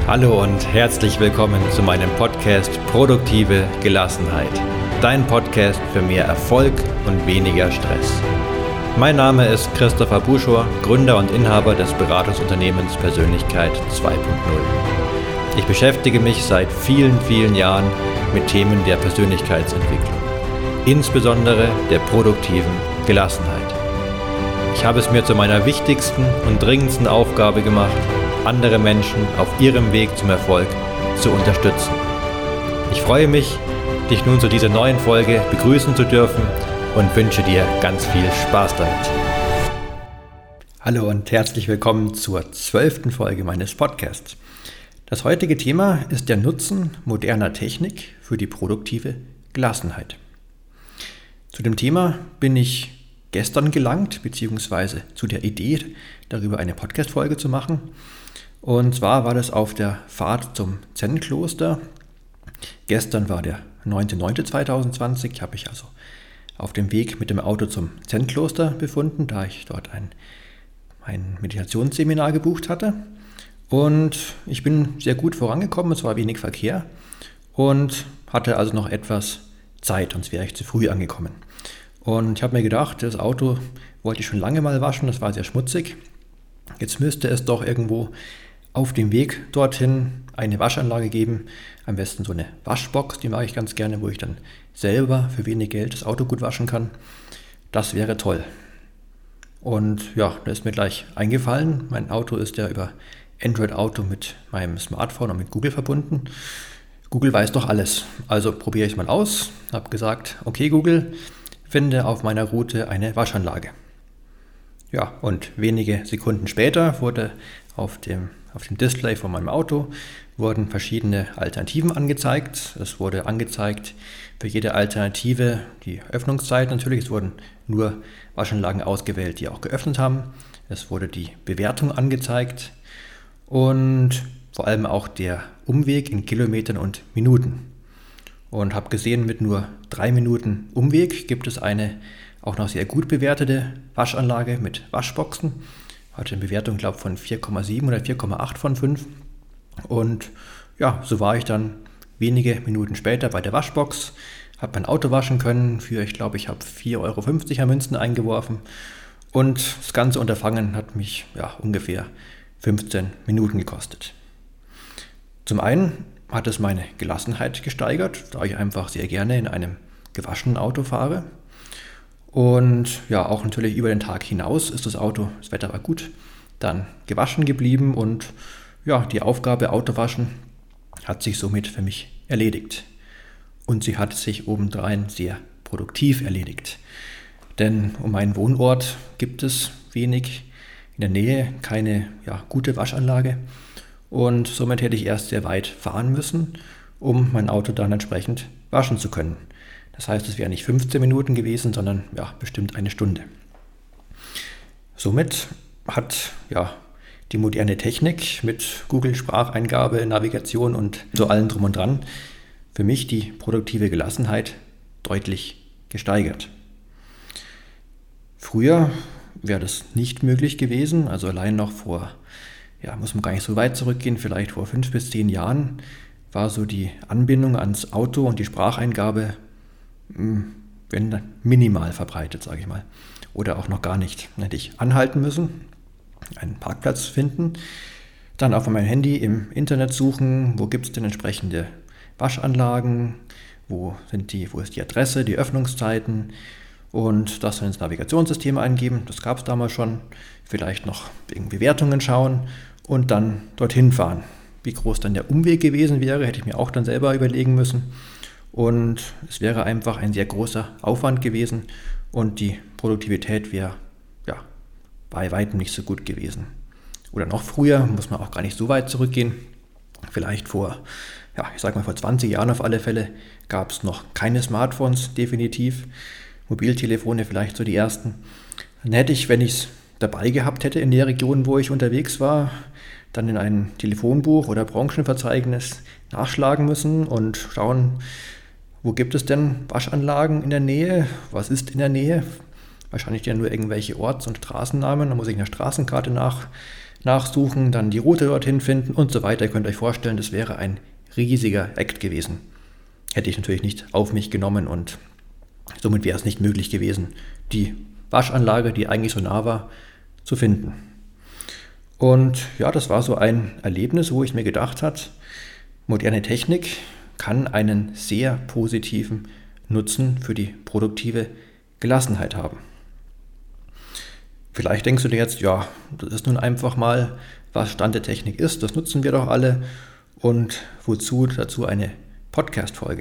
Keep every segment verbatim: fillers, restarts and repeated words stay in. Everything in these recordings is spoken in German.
Hallo und herzlich willkommen zu meinem Podcast Produktive Gelassenheit. Dein Podcast für mehr Erfolg und weniger Stress. Mein Name ist Christopher Buschor, Gründer und Inhaber des Beratungsunternehmens Persönlichkeit zwei Punkt null. Ich beschäftige mich seit vielen, vielen Jahren mit Themen der Persönlichkeitsentwicklung, insbesondere der produktiven Gelassenheit. Ich habe es mir zu meiner wichtigsten und dringendsten Aufgabe gemacht, andere Menschen auf ihrem Weg zum Erfolg zu unterstützen. Ich freue mich, dich nun zu dieser neuen Folge begrüßen zu dürfen und wünsche dir ganz viel Spaß damit. Hallo und herzlich willkommen zur zwölften Folge meines Podcasts. Das heutige Thema ist der Nutzen moderner Technik für die produktive Gelassenheit. Zu dem Thema bin ich gestern gelangt, beziehungsweise zu der Idee, darüber eine Podcast-Folge zu machen. Und zwar war das auf der Fahrt zum Zen-Kloster. Gestern war der neunter neunter zweitausendzwanzig. Ich habe mich also auf dem Weg mit dem Auto zum Zen-Kloster befunden, da ich dort ein, ein Meditationsseminar gebucht hatte. Und ich bin sehr gut vorangekommen, es war wenig Verkehr und hatte also noch etwas Zeit, sonst wäre ich zu früh angekommen. Und ich habe mir gedacht, das Auto wollte ich schon lange mal waschen, das war sehr schmutzig. Jetzt müsste es doch irgendwo auf dem Weg dorthin eine Waschanlage geben, am besten so eine Waschbox, die mag ich ganz gerne, wo ich dann selber für wenig Geld das Auto gut waschen kann. Das wäre toll. Und ja, da ist mir gleich eingefallen, mein Auto ist ja über Android Auto mit meinem Smartphone und mit Google verbunden. Google weiß doch alles, also probiere ich es mal aus, habe gesagt, okay Google, finde auf meiner Route eine Waschanlage. Ja, und wenige Sekunden später wurde auf dem, auf dem Display von meinem Auto wurden verschiedene Alternativen angezeigt. Es wurde angezeigt für jede Alternative die Öffnungszeit natürlich. Es wurden nur Waschanlagen ausgewählt, die auch geöffnet haben. Es wurde die Bewertung angezeigt und vor allem auch der Umweg in Kilometern und Minuten. Und habe gesehen, mit nur drei Minuten Umweg gibt es eine auch noch sehr gut bewertete Waschanlage mit Waschboxen. Hatte eine Bewertung, glaube ich, von vier Komma sieben oder vier Komma acht von fünf. Und ja, so war ich dann wenige Minuten später bei der Waschbox, habe mein Auto waschen können für, ich glaube, ich habe vier Euro fünfzig an Münzen eingeworfen. Und das ganze Unterfangen hat mich ja ungefähr fünfzehn Minuten gekostet. Zum einen hat es meine Gelassenheit gesteigert, da ich einfach sehr gerne in einem gewaschenen Auto fahre. Und ja, auch natürlich über den Tag hinaus ist das Auto, das Wetter war gut, dann gewaschen geblieben und ja, die Aufgabe Autowaschen hat sich somit für mich erledigt. Und sie hat sich obendrein sehr produktiv erledigt. Denn um meinen Wohnort gibt es wenig, in der Nähe keine ja, gute Waschanlage und somit hätte ich erst sehr weit fahren müssen, um mein Auto dann entsprechend waschen zu können. Das heißt, es wären nicht fünfzehn Minuten gewesen, sondern ja, bestimmt eine Stunde. Somit hat ja, die moderne Technik mit Google Spracheingabe, Navigation und so allem drum und dran für mich die produktive Gelassenheit deutlich gesteigert. Früher wäre das nicht möglich gewesen, also allein noch vor, ja, muss man gar nicht so weit zurückgehen, vielleicht vor fünf bis zehn Jahren war so die Anbindung ans Auto und die Spracheingabe wenn minimal verbreitet, sage ich mal. Oder auch noch gar nicht. Dann hätte ich anhalten müssen, einen Parkplatz finden, dann auf meinem Handy im Internet suchen, wo gibt es denn entsprechende Waschanlagen, wo sind die, wo ist die Adresse, die Öffnungszeiten und das dann ins Navigationssystem eingeben, das gab es damals schon, vielleicht noch wegen Bewertungen schauen und dann dorthin fahren. Wie groß dann der Umweg gewesen wäre, hätte ich mir auch dann selber überlegen müssen. Und es wäre einfach ein sehr großer Aufwand gewesen und die Produktivität wäre ja, bei weitem nicht so gut gewesen. Oder noch früher, muss man auch gar nicht so weit zurückgehen, vielleicht vor, ja, ich sag mal vor zwanzig Jahren auf alle Fälle, gab es noch keine Smartphones, definitiv, Mobiltelefone vielleicht so die ersten. Dann hätte ich, wenn ich es dabei gehabt hätte in der Region, wo ich unterwegs war, dann in ein Telefonbuch oder Branchenverzeichnis nachschlagen müssen und schauen, wo gibt es denn Waschanlagen in der Nähe? Was ist in der Nähe? Wahrscheinlich ja nur irgendwelche Orts- und Straßennamen. Da muss ich in der Straßenkarte nach, nachsuchen, dann die Route dorthin finden und so weiter. Ihr könnt euch vorstellen, das wäre ein riesiger Act gewesen. Hätte ich natürlich nicht auf mich genommen und somit wäre es nicht möglich gewesen, die Waschanlage, die eigentlich so nah war, zu finden. Und ja, das war so ein Erlebnis, wo ich mir gedacht habe, moderne Technik kann einen sehr positiven Nutzen für die produktive Gelassenheit haben. Vielleicht denkst du dir jetzt, ja, das ist nun einfach mal, was Stand der Technik ist, das nutzen wir doch alle und wozu dazu eine Podcast-Folge.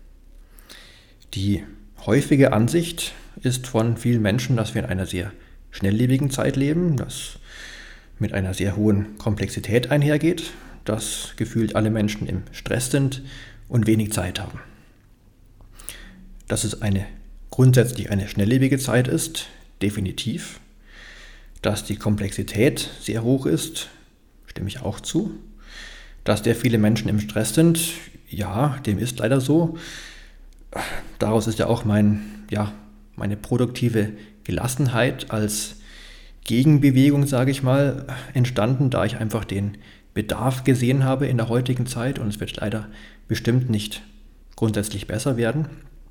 Die häufige Ansicht ist von vielen Menschen, dass wir in einer sehr schnelllebigen Zeit leben, das mit einer sehr hohen Komplexität einhergeht, dass gefühlt alle Menschen im Stress sind und wenig Zeit haben. Dass es eine grundsätzlich eine schnelllebige Zeit ist, definitiv. Dass die Komplexität sehr hoch ist, stimme ich auch zu. Dass sehr viele Menschen im Stress sind, ja, dem ist leider so. Daraus ist ja auch mein, ja, meine produktive Gelassenheit als Gegenbewegung, sage ich mal, entstanden, da ich einfach den Bedarf gesehen habe in der heutigen Zeit und es wird leider bestimmt nicht grundsätzlich besser werden.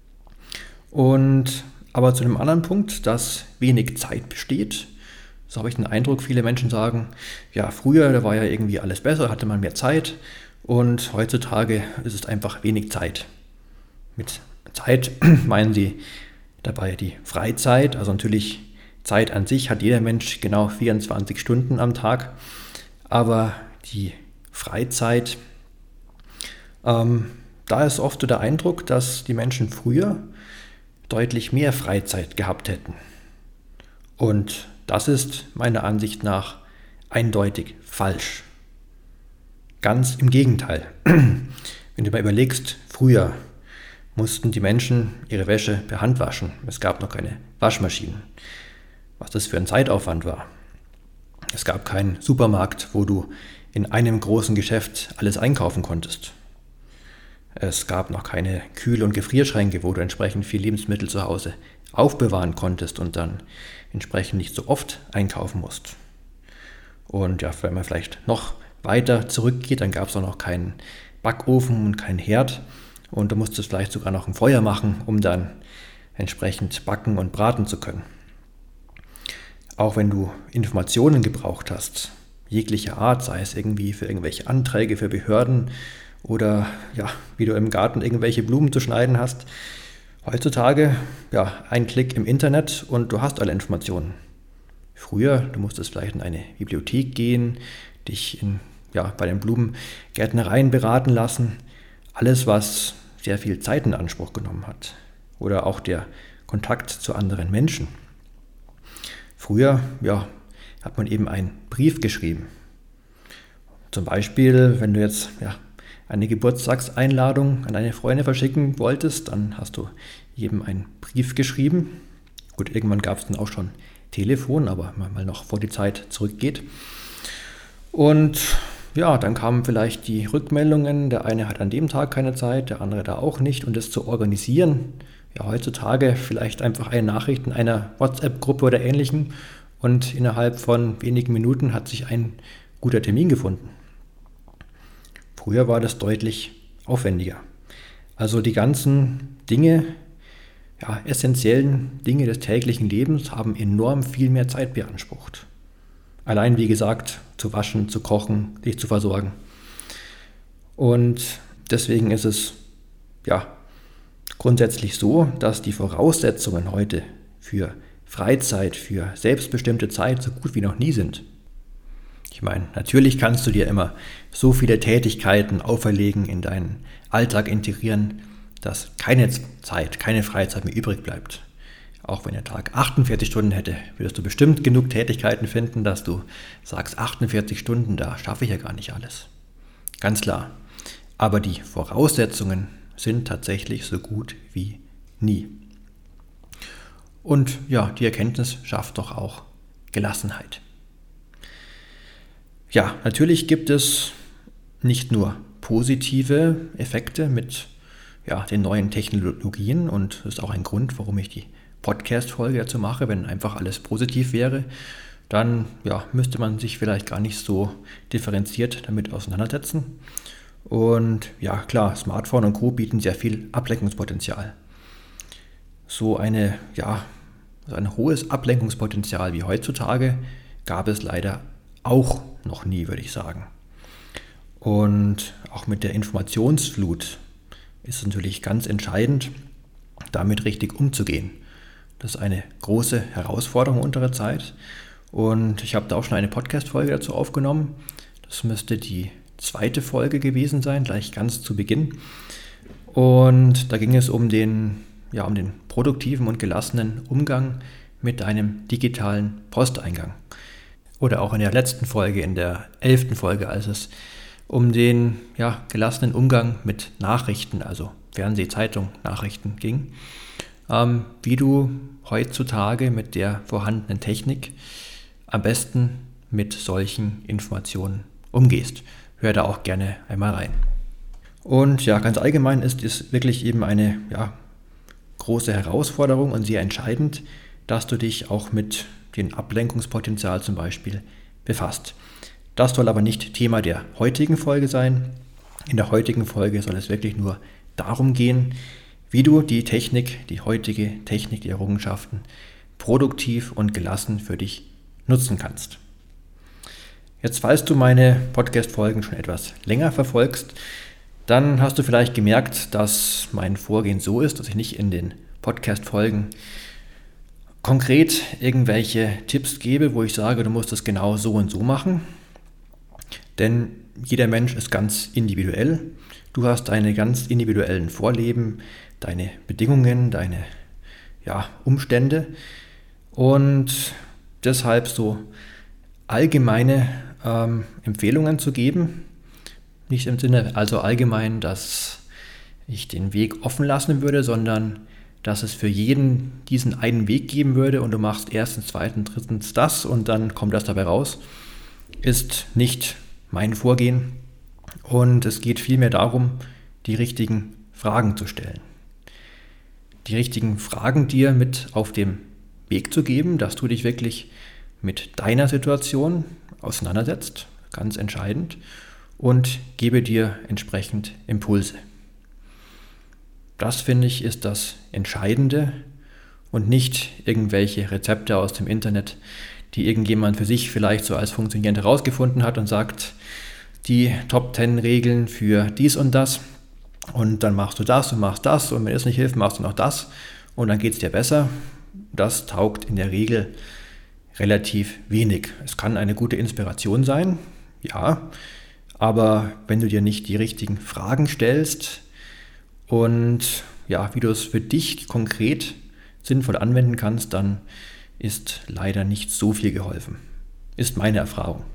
Und aber zu einem anderen Punkt, dass wenig Zeit besteht, so habe ich den Eindruck, viele Menschen sagen, ja, früher, da war ja irgendwie alles besser, hatte man mehr Zeit und heutzutage ist es einfach wenig Zeit. Mit Zeit meinen sie dabei die Freizeit, also natürlich Zeit an sich hat jeder Mensch genau vierundzwanzig Stunden am Tag, aber die Freizeit, ähm, da ist oft so der Eindruck, dass die Menschen früher deutlich mehr Freizeit gehabt hätten. Und das ist meiner Ansicht nach eindeutig falsch. Ganz im Gegenteil. Wenn du mal überlegst, früher mussten die Menschen ihre Wäsche per Hand waschen. Es gab noch keine Waschmaschinen. Was das für ein Zeitaufwand war. Es gab keinen Supermarkt, wo du in einem großen Geschäft alles einkaufen konntest. Es gab noch keine Kühl- und Gefrierschränke, wo du entsprechend viel Lebensmittel zu Hause aufbewahren konntest und dann entsprechend nicht so oft einkaufen musst. Und ja, wenn man vielleicht noch weiter zurückgeht, dann gab es auch noch keinen Backofen und keinen Herd und du musstest vielleicht sogar noch ein Feuer machen, um dann entsprechend backen und braten zu können. Auch wenn du Informationen gebraucht hast, jeglicher Art, sei es irgendwie für irgendwelche Anträge für Behörden oder ja, wie du im Garten irgendwelche Blumen zu schneiden hast, heutzutage ja, ein Klick im Internet und du hast alle Informationen. Früher, du musstest vielleicht in eine Bibliothek gehen, dich in, ja, bei den Blumengärtnereien beraten lassen, alles, was sehr viel Zeit in Anspruch genommen hat. Oder auch der Kontakt zu anderen Menschen. Früher ja, hat man eben einen Brief geschrieben. Zum Beispiel, wenn du jetzt ja, eine Geburtstagseinladung an eine Freundin verschicken wolltest, dann hast du jedem einen Brief geschrieben. Gut, irgendwann gab es dann auch schon Telefon, aber wenn man mal noch vor die Zeit zurückgeht. Und ja, dann kamen vielleicht die Rückmeldungen, der eine hat an dem Tag keine Zeit, der andere da auch nicht. Und das zu organisieren, ja heutzutage vielleicht einfach eine Nachricht in einer WhatsApp-Gruppe oder ähnlichem und innerhalb von wenigen Minuten hat sich ein guter Termin gefunden. Früher war das deutlich aufwendiger. Also die ganzen Dinge, ja, essentiellen Dinge des täglichen Lebens haben enorm viel mehr Zeit beansprucht. Allein, wie gesagt, zu waschen, zu kochen, dich zu versorgen. Und deswegen ist es ja grundsätzlich so, dass die Voraussetzungen heute für Freizeit, für selbstbestimmte Zeit so gut wie noch nie sind. Ich meine, natürlich kannst du dir immer so viele Tätigkeiten auferlegen, in deinen Alltag integrieren, dass keine Zeit, keine Freizeit mehr übrig bleibt. Auch wenn der Tag achtundvierzig Stunden hätte, würdest du bestimmt genug Tätigkeiten finden, dass du sagst, achtundvierzig Stunden, da schaffe ich ja gar nicht alles. Ganz klar. Aber die Voraussetzungen sind tatsächlich so gut wie nie. Und ja, die Erkenntnis schafft doch auch Gelassenheit. Ja, natürlich gibt es nicht nur positive Effekte mit ja, den neuen Technologien und das ist auch ein Grund, warum ich die Podcast-Folge dazu mache, wenn einfach alles positiv wäre, dann ja, müsste man sich vielleicht gar nicht so differenziert damit auseinandersetzen. Und ja, klar, Smartphone und Co. bieten sehr viel Ablenkungspotenzial. So eine, ja, so ein hohes Ablenkungspotenzial wie heutzutage gab es leider auch noch nie, würde ich sagen. Und auch mit der Informationsflut ist es natürlich ganz entscheidend, damit richtig umzugehen. Das ist eine große Herausforderung unserer Zeit und ich habe da auch schon eine Podcast-Folge dazu aufgenommen. Das müsste die zweite Folge gewesen sein, gleich ganz zu Beginn. Und da ging es um den, ja, um den produktiven und gelassenen Umgang mit einem digitalen Posteingang. Oder auch in der letzten Folge, in der elften Folge, als es um den ja, gelassenen Umgang mit Nachrichten, also Fernseh, Zeitung, Nachrichten ging. Ähm, wie du heutzutage mit der vorhandenen Technik am besten mit solchen Informationen umgehst. Hör da auch gerne einmal rein. Und ja, ganz allgemein ist es wirklich eben eine ja, große Herausforderung und sehr entscheidend, dass du dich auch mit dem Ablenkungspotenzial zum Beispiel befasst. Das soll aber nicht Thema der heutigen Folge sein. In der heutigen Folge soll es wirklich nur darum gehen, wie du die Technik, die heutige Technik, die Errungenschaften produktiv und gelassen für dich nutzen kannst. Jetzt, falls du meine Podcast-Folgen schon etwas länger verfolgst, dann hast du vielleicht gemerkt, dass mein Vorgehen so ist, dass ich nicht in den Podcast-Folgen konkret irgendwelche Tipps gebe, wo ich sage, du musst das genau so und so machen. Denn jeder Mensch ist ganz individuell. Du hast deine ganz individuellen Vorlieben, deine Bedingungen, deine ja, Umstände und deshalb so allgemeine ähm, Empfehlungen zu geben. Nicht im Sinne also allgemein, dass ich den Weg offen lassen würde, sondern dass es für jeden diesen einen Weg geben würde und du machst erstens, zweitens, drittens das und dann kommt das dabei raus, ist nicht mein Vorgehen. Und es geht vielmehr darum, die richtigen Fragen zu stellen. Die richtigen Fragen dir mit auf dem Weg zu geben, dass du dich wirklich mit deiner Situation auseinandersetzt, ganz entscheidend, und gebe dir entsprechend Impulse. Das, finde ich, ist das Entscheidende und nicht irgendwelche Rezepte aus dem Internet, die irgendjemand für sich vielleicht so als funktionierend herausgefunden hat und sagt, die Top zehn Regeln für dies und das und dann machst du das und machst das und wenn es nicht hilft, machst du noch das und dann geht es dir besser. Das taugt in der Regel relativ wenig. Es kann eine gute Inspiration sein, ja, aber wenn du dir nicht die richtigen Fragen stellst und ja, wie du es für dich konkret sinnvoll anwenden kannst, dann ist leider nicht so viel geholfen. Ist meine Erfahrung.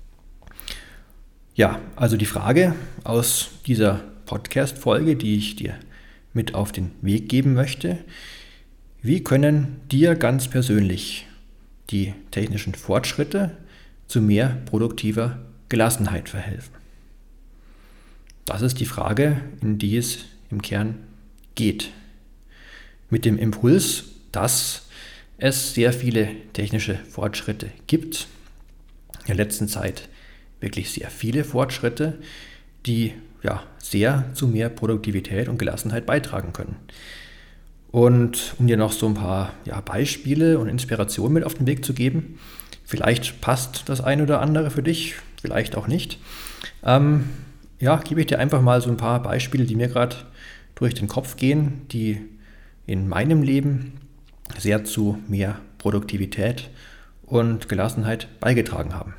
Ja, also die Frage aus dieser Podcast-Folge, die ich dir mit auf den Weg geben möchte: Wie können dir ganz persönlich die technischen Fortschritte zu mehr produktiver Gelassenheit verhelfen? Das ist die Frage, in die es im Kern geht. Mit dem Impuls, dass es sehr viele technische Fortschritte gibt, in der letzten Zeit wirklich sehr viele Fortschritte, die ja sehr zu mehr Produktivität und Gelassenheit beitragen können. Und um dir noch so ein paar ja, Beispiele und Inspirationen mit auf den Weg zu geben, vielleicht passt das ein oder andere für dich, vielleicht auch nicht, ähm, ja, gebe ich dir einfach mal so ein paar Beispiele, die mir gerade durch den Kopf gehen, die in meinem Leben sehr zu mehr Produktivität und Gelassenheit beigetragen haben.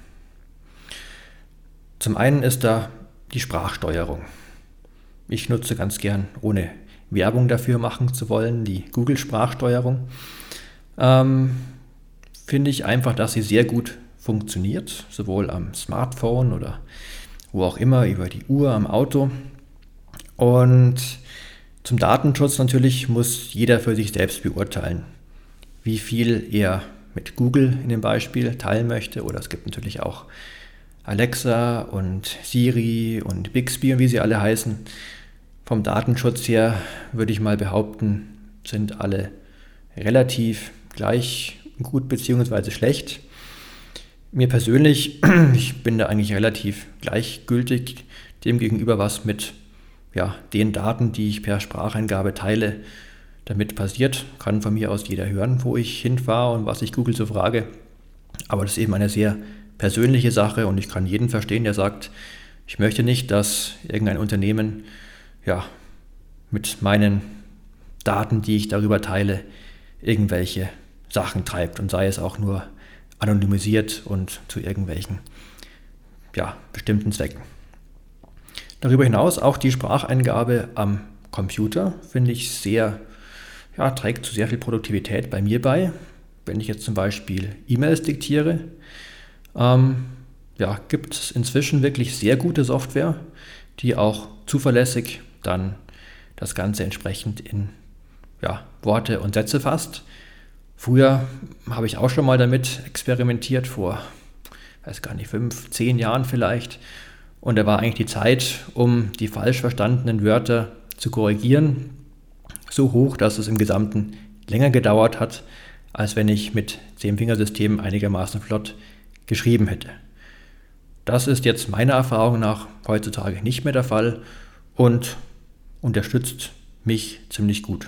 Zum einen ist da die Sprachsteuerung. Ich nutze ganz gern, ohne Werbung dafür machen zu wollen, die Google-Sprachsteuerung. Ähm, finde ich einfach, dass sie sehr gut funktioniert, sowohl am Smartphone oder wo auch immer, über die Uhr, am Auto. Und zum Datenschutz natürlich muss jeder für sich selbst beurteilen, wie viel er mit Google in dem Beispiel teilen möchte. Oder es gibt natürlich auch Alexa und Siri und Bixby und wie sie alle heißen. Vom Datenschutz her würde ich mal behaupten, sind alle relativ gleich gut bzw. schlecht. Mir persönlich, ich bin da eigentlich relativ gleichgültig dem gegenüber, was mit ja, den Daten, die ich per Spracheingabe teile, damit passiert. Kann von mir aus jeder hören, wo ich hinfahre und was ich Google so frage. Aber das ist eben eine sehr persönliche Sache und ich kann jeden verstehen, der sagt, ich möchte nicht, dass irgendein Unternehmen ja, mit meinen Daten, die ich darüber teile, irgendwelche Sachen treibt und sei es auch nur anonymisiert und zu irgendwelchen ja, bestimmten Zwecken. Darüber hinaus auch die Spracheingabe am Computer finde ich sehr, ja, trägt zu sehr viel Produktivität bei mir bei. Wenn ich jetzt zum Beispiel E-Mails diktiere, ähm, ja, gibt es inzwischen wirklich sehr gute Software, die auch zuverlässig dann das Ganze entsprechend in ja, Worte und Sätze fasst. Früher habe ich auch schon mal damit experimentiert, vor, weiß gar nicht, fünf, zehn Jahren vielleicht. Und da war eigentlich die Zeit, um die falsch verstandenen Wörter zu korrigieren, so hoch, dass es im Gesamten länger gedauert hat, als wenn ich mit Zehn-Fingersystem einigermaßen flott geschrieben hätte. Das ist jetzt meiner Erfahrung nach heutzutage nicht mehr der Fall und unterstützt mich ziemlich gut.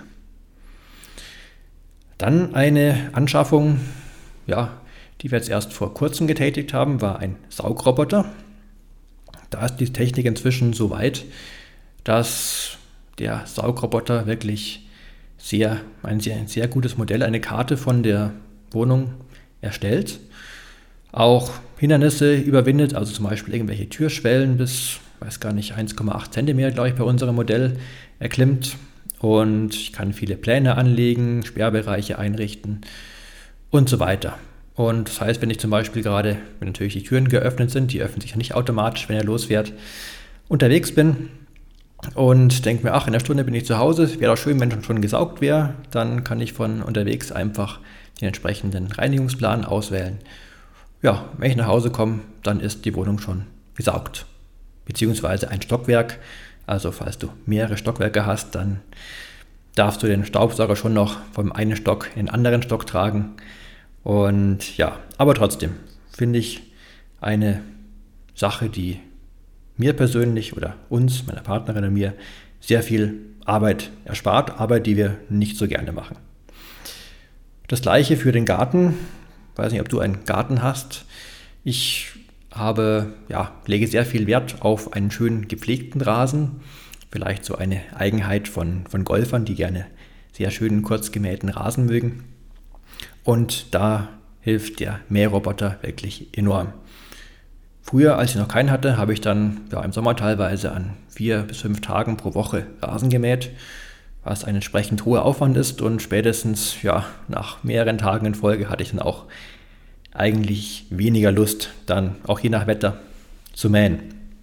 Dann eine Anschaffung, ja, die wir jetzt erst vor kurzem getätigt haben, war ein Saugroboter. Da ist die Technik inzwischen so weit, dass der Saugroboter wirklich sehr, ein sehr, ein sehr gutes Modell, eine Karte von der Wohnung erstellt. Auch Hindernisse überwindet, also zum Beispiel irgendwelche Türschwellen bis, weiß gar nicht, eins Komma acht Zentimeter, glaube ich, bei unserem Modell erklimmt. Und ich kann viele Pläne anlegen, Sperrbereiche einrichten und so weiter. Und das heißt, wenn ich zum Beispiel gerade, wenn natürlich die Türen geöffnet sind, die öffnen sich ja nicht automatisch, wenn er losfährt, unterwegs bin und denke mir, ach, in einer Stunde bin ich zu Hause, wäre doch schön, wenn schon gesaugt wäre, dann kann ich von unterwegs einfach den entsprechenden Reinigungsplan auswählen. Ja, wenn ich nach Hause komme, dann ist die Wohnung schon gesaugt, beziehungsweise ein Stockwerk. Also falls du mehrere Stockwerke hast, dann darfst du den Staubsauger schon noch vom einen Stock in den anderen Stock tragen. Und ja, aber trotzdem finde ich eine Sache, die mir persönlich oder uns, meiner Partnerin und mir, sehr viel Arbeit erspart, Arbeit, die wir nicht so gerne machen. Das gleiche für den Garten. Ich weiß nicht, ob du einen Garten hast. Ich habe, ja, lege sehr viel Wert auf einen schönen gepflegten Rasen. Vielleicht so eine Eigenheit von, von Golfern, die gerne sehr schönen, kurz gemähten Rasen mögen. Und da hilft der Mähroboter wirklich enorm. Früher, als ich noch keinen hatte, habe ich dann ja, im Sommer teilweise an vier bis fünf Tagen pro Woche Rasen gemäht, was ein entsprechend hoher Aufwand ist. Und spätestens ja, nach mehreren Tagen in Folge hatte ich dann auch eigentlich weniger Lust, dann auch je nach Wetter zu mähen.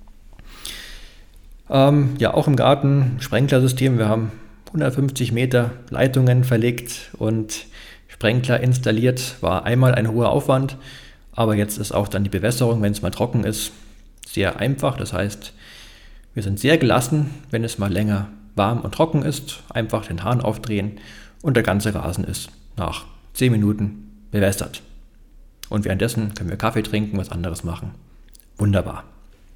Ähm, ja, auch im Garten Sprenklersystem. Wir haben hundertfünfzig Meter Leitungen verlegt und Sprenkler installiert. War einmal ein hoher Aufwand, aber jetzt ist auch dann die Bewässerung, wenn es mal trocken ist, sehr einfach. Das heißt, wir sind sehr gelassen, wenn es mal länger warm und trocken ist. Einfach den Hahn aufdrehen und der ganze Rasen ist nach zehn Minuten bewässert. Und währenddessen können wir Kaffee trinken, was anderes machen. Wunderbar.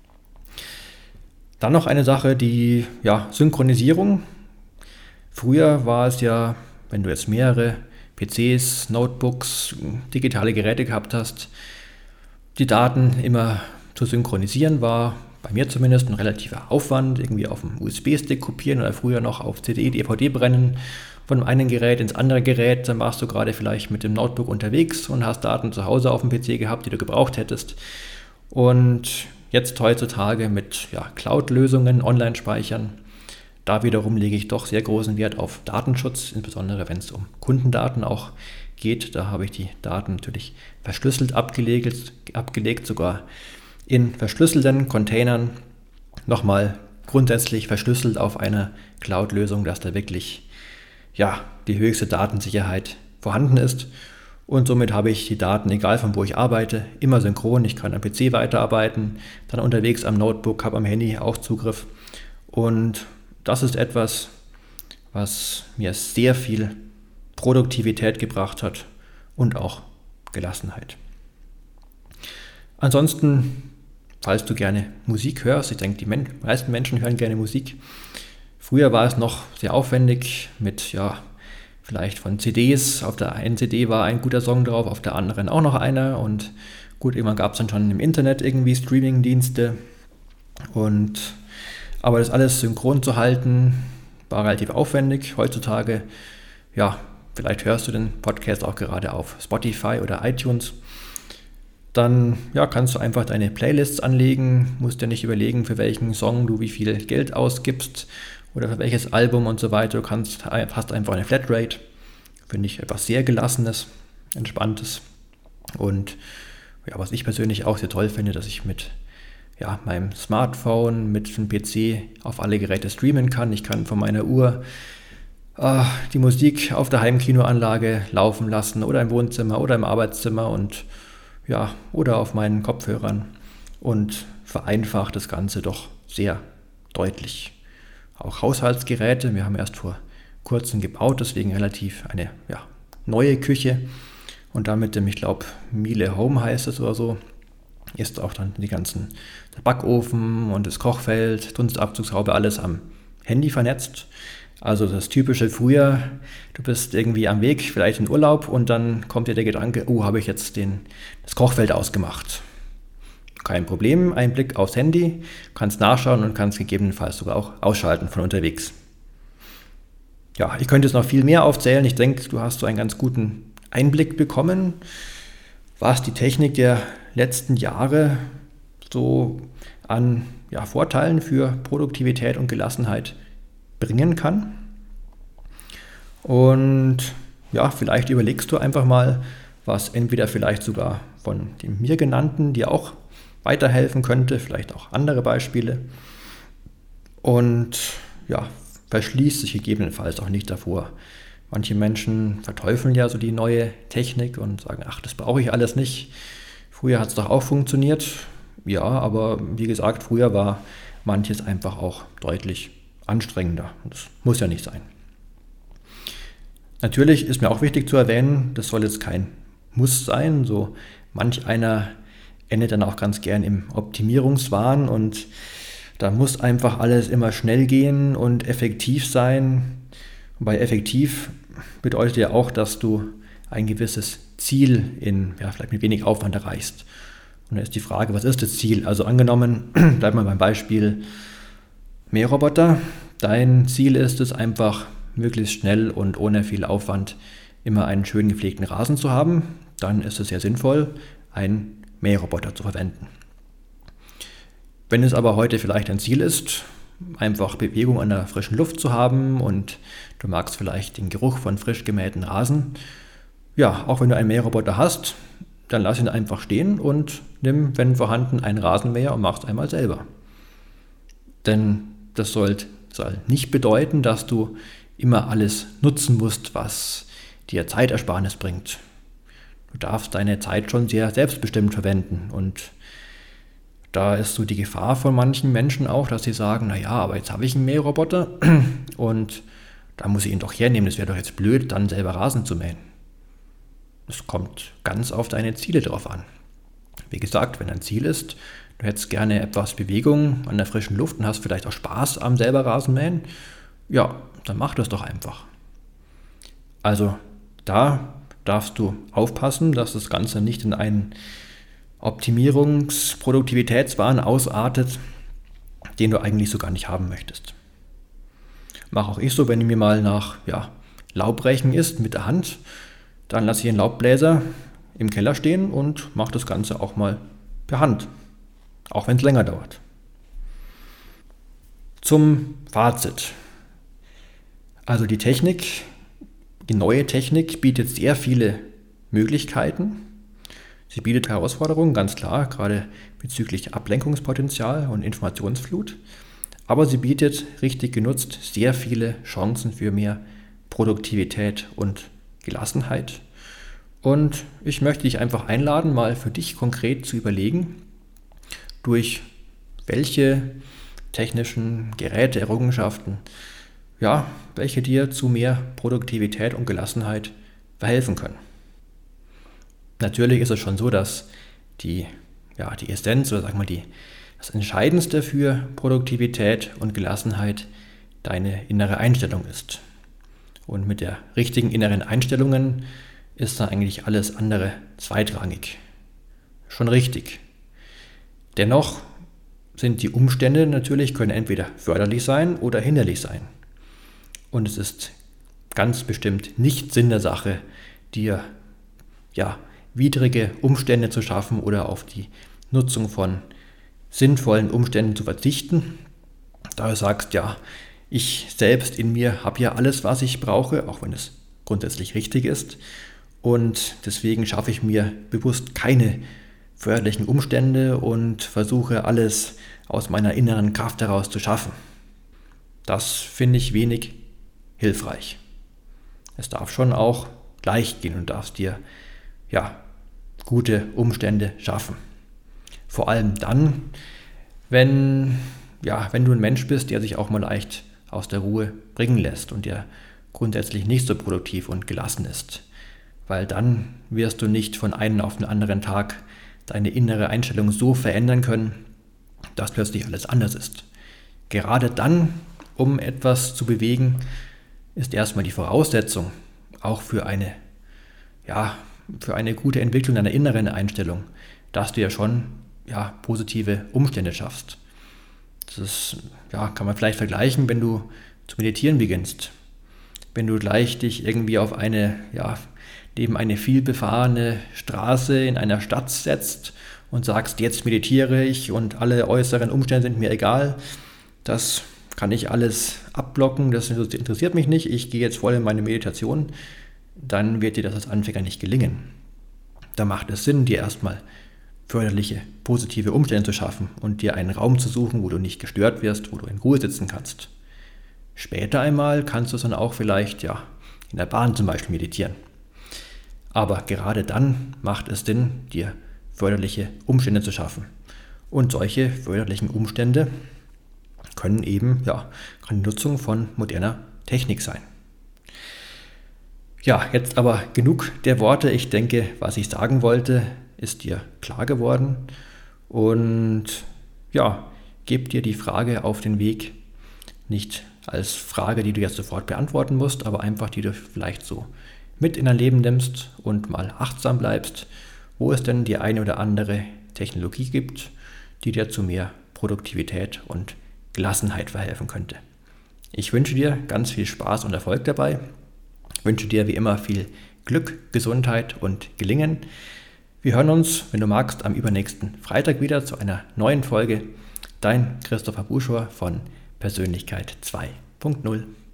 Dann noch eine Sache, die ja, Synchronisierung. Früher war es ja, wenn du jetzt mehrere P Cs, Notebooks, digitale Geräte gehabt hast, die Daten immer zu synchronisieren war, bei mir zumindest ein relativer Aufwand, irgendwie auf dem U S B-Stick kopieren oder früher noch auf C D, D V D brennen, von einem Gerät ins andere Gerät, dann warst du gerade vielleicht mit dem Notebook unterwegs und hast Daten zu Hause auf dem P C gehabt, die du gebraucht hättest. Und jetzt heutzutage mit ja, Cloud-Lösungen, Online-Speichern, da wiederum lege ich doch sehr großen Wert auf Datenschutz, insbesondere wenn es um Kundendaten auch geht. Da habe ich die Daten natürlich verschlüsselt abgelegt, abgelegt sogar in verschlüsselten Containern, nochmal grundsätzlich verschlüsselt auf einer Cloud-Lösung, dass da wirklich ja, die höchste Datensicherheit vorhanden ist. Und somit habe ich die Daten, egal von wo ich arbeite, immer synchron. Ich kann am P C weiterarbeiten, dann unterwegs am Notebook, habe am Handy auch Zugriff. Und das ist etwas, was mir sehr viel Produktivität gebracht hat und auch Gelassenheit. Ansonsten, falls du gerne Musik hörst, ich denke, die Men- meisten Menschen hören gerne Musik. Früher war es noch sehr aufwendig mit, ja, vielleicht von C Ds. Auf der einen C D war ein guter Song drauf, auf der anderen auch noch einer. Und gut, irgendwann gab es dann schon im Internet irgendwie Streaming-Dienste. Und, aber das alles synchron zu halten, war relativ aufwendig. Heutzutage, ja, vielleicht hörst du den Podcast auch gerade auf Spotify oder iTunes. Dann ja, kannst du einfach deine Playlists anlegen, musst dir nicht überlegen, für welchen Song du wie viel Geld ausgibst oder für welches Album und so weiter. Du kannst, hast einfach eine Flatrate, finde ich etwas sehr Gelassenes, Entspanntes. Und ja, was ich persönlich auch sehr toll finde, dass ich mit ja, meinem Smartphone, mit dem P C auf alle Geräte streamen kann. Ich kann von meiner Uhr äh, die Musik auf der Heimkinoanlage laufen lassen oder im Wohnzimmer oder im Arbeitszimmer und ja, oder auf meinen Kopfhörern und vereinfacht das Ganze doch sehr deutlich. Auch Haushaltsgeräte, wir haben erst vor kurzem gebaut, deswegen relativ eine ja, neue Küche und damit, ich glaube, Miele Home heißt es oder so, ist auch dann die ganzen, der Backofen und das Kochfeld, Dunstabzugshaube, alles am Handy vernetzt. Also das typische früher, du bist irgendwie am Weg, vielleicht in Urlaub und dann kommt dir der Gedanke, oh, habe ich jetzt den, das Kochfeld ausgemacht. Kein Problem, ein Blick aufs Handy, kannst nachschauen und kannst gegebenenfalls sogar auch ausschalten von unterwegs. Ja, ich könnte jetzt noch viel mehr aufzählen. Ich denke, du hast so einen ganz guten Einblick bekommen, was die Technik der letzten Jahre so an ja, Vorteilen für Produktivität und Gelassenheit bringen kann. Und ja, vielleicht überlegst du einfach mal, was entweder vielleicht sogar von dem mir genannten dir auch weiterhelfen könnte, vielleicht auch andere Beispiele. Und ja, verschließt sich gegebenenfalls auch nicht davor. Manche Menschen verteufeln ja so die neue Technik und sagen, ach, das brauche ich alles nicht. Früher hat es doch auch funktioniert. Ja, aber wie gesagt, früher war manches einfach auch deutlich anstrengender. Das muss ja nicht sein. Natürlich ist mir auch wichtig zu erwähnen, das soll jetzt kein Muss sein. So manch einer endet dann auch ganz gern im Optimierungswahn und da muss einfach alles immer schnell gehen und effektiv sein. Wobei effektiv bedeutet ja auch, dass du ein gewisses Ziel in, ja, vielleicht mit wenig Aufwand erreichst. Und da ist die Frage, was ist das Ziel? Also angenommen, bleiben wir beim Beispiel Mähroboter. Dein Ziel ist es einfach, möglichst schnell und ohne viel Aufwand immer einen schön gepflegten Rasen zu haben. Dann ist es sehr sinnvoll, einen Mähroboter zu verwenden. Wenn es aber heute vielleicht ein Ziel ist, einfach Bewegung an der frischen Luft zu haben und du magst vielleicht den Geruch von frisch gemähten Rasen, ja, auch wenn du einen Mähroboter hast, dann lass ihn einfach stehen und nimm, wenn vorhanden, einen Rasenmäher und mach es einmal selber. Denn das soll, soll nicht bedeuten, dass du immer alles nutzen musst, was dir Zeitersparnis bringt. Du darfst deine Zeit schon sehr selbstbestimmt verwenden und da ist so die Gefahr von manchen Menschen auch, dass sie sagen, naja, aber jetzt habe ich einen Mähroboter und da muss ich ihn doch hernehmen, das wäre doch jetzt blöd, dann selber Rasen zu mähen. Es kommt ganz auf deine Ziele drauf an. Wie gesagt, wenn dein Ziel ist, du hättest gerne etwas Bewegung an der frischen Luft und hast vielleicht auch Spaß am selber Rasenmähen, ja, dann mach das doch einfach. Also da darfst du aufpassen, dass das Ganze nicht in einen Optimierungs-Produktivitätswahn ausartet, den du eigentlich so gar nicht haben möchtest. Mache auch ich so, wenn ich mir mal nach ja, Laubrechen ist mit der Hand, dann lasse ich einen Laubbläser im Keller stehen und mache das Ganze auch mal per Hand, auch wenn es länger dauert. Zum Fazit. Also die Technik, die neue Technik bietet sehr viele Möglichkeiten. Sie bietet Herausforderungen, ganz klar, gerade bezüglich Ablenkungspotenzial und Informationsflut. Aber sie bietet, richtig genutzt, sehr viele Chancen für mehr Produktivität und Gelassenheit. Und ich möchte dich einfach einladen, mal für dich konkret zu überlegen, durch welche technischen Geräte, Errungenschaften, ja, welche dir zu mehr Produktivität und Gelassenheit verhelfen können. Natürlich ist es schon so, dass die ja, die Essenz oder sag mal die, das Entscheidendste für Produktivität und Gelassenheit deine innere Einstellung ist. Und mit der richtigen inneren Einstellungen ist dann eigentlich alles andere zweitrangig. Schon richtig. Dennoch sind die Umstände natürlich, können entweder förderlich sein oder hinderlich sein. Und es ist ganz bestimmt nicht Sinn der Sache, dir ja, widrige Umstände zu schaffen oder auf die Nutzung von sinnvollen Umständen zu verzichten. Da du sagst, ja, ich selbst in mir habe ja alles, was ich brauche, auch wenn es grundsätzlich richtig ist. Und deswegen schaffe ich mir bewusst keine förderlichen Umstände und versuche alles aus meiner inneren Kraft heraus zu schaffen. Das finde ich wenig hilfreich. Es darf schon auch leicht gehen und darfst dir ja, gute Umstände schaffen. Vor allem dann, wenn, ja, wenn du ein Mensch bist, der sich auch mal leicht aus der Ruhe bringen lässt und der grundsätzlich nicht so produktiv und gelassen ist. Weil dann wirst du nicht von einem auf den anderen Tag deine innere Einstellung so verändern können, dass plötzlich alles anders ist. Gerade dann, um etwas zu bewegen, ist erstmal die Voraussetzung auch für eine, ja, für eine gute Entwicklung deiner inneren Einstellung, dass du ja schon ja, positive Umstände schaffst. Das ist, ja, kann man vielleicht vergleichen, wenn du zu meditieren beginnst. Wenn du gleich dich irgendwie auf eine, ja, neben eine vielbefahrene Straße in einer Stadt setzt und sagst, jetzt meditiere ich und alle äußeren Umstände sind mir egal, das kann ich alles abblocken, das interessiert mich nicht, ich gehe jetzt voll in meine Meditation, dann wird dir das als Anfänger nicht gelingen. Da macht es Sinn, dir erstmal förderliche, positive Umstände zu schaffen und dir einen Raum zu suchen, wo du nicht gestört wirst, wo du in Ruhe sitzen kannst. Später einmal kannst du es dann auch vielleicht ja, in der Bahn zum Beispiel meditieren. Aber gerade dann macht es Sinn, dir förderliche Umstände zu schaffen. Und solche förderlichen Umstände können eben ja, kann die Nutzung von moderner Technik sein. Ja, jetzt aber genug der Worte. Ich denke, was ich sagen wollte, ist dir klar geworden. Und ja, gebe dir die Frage auf den Weg, nicht als Frage, die du jetzt sofort beantworten musst, aber einfach, die du vielleicht so mit in dein Leben nimmst und mal achtsam bleibst, wo es denn die eine oder andere Technologie gibt, die dir zu mehr Produktivität und Gelassenheit verhelfen könnte. Ich wünsche dir ganz viel Spaß und Erfolg dabei. Ich wünsche dir wie immer viel Glück, Gesundheit und Gelingen. Wir hören uns, wenn du magst, am übernächsten Freitag wieder zu einer neuen Folge. Dein Christopher Buschor von Persönlichkeit zwei Punkt null.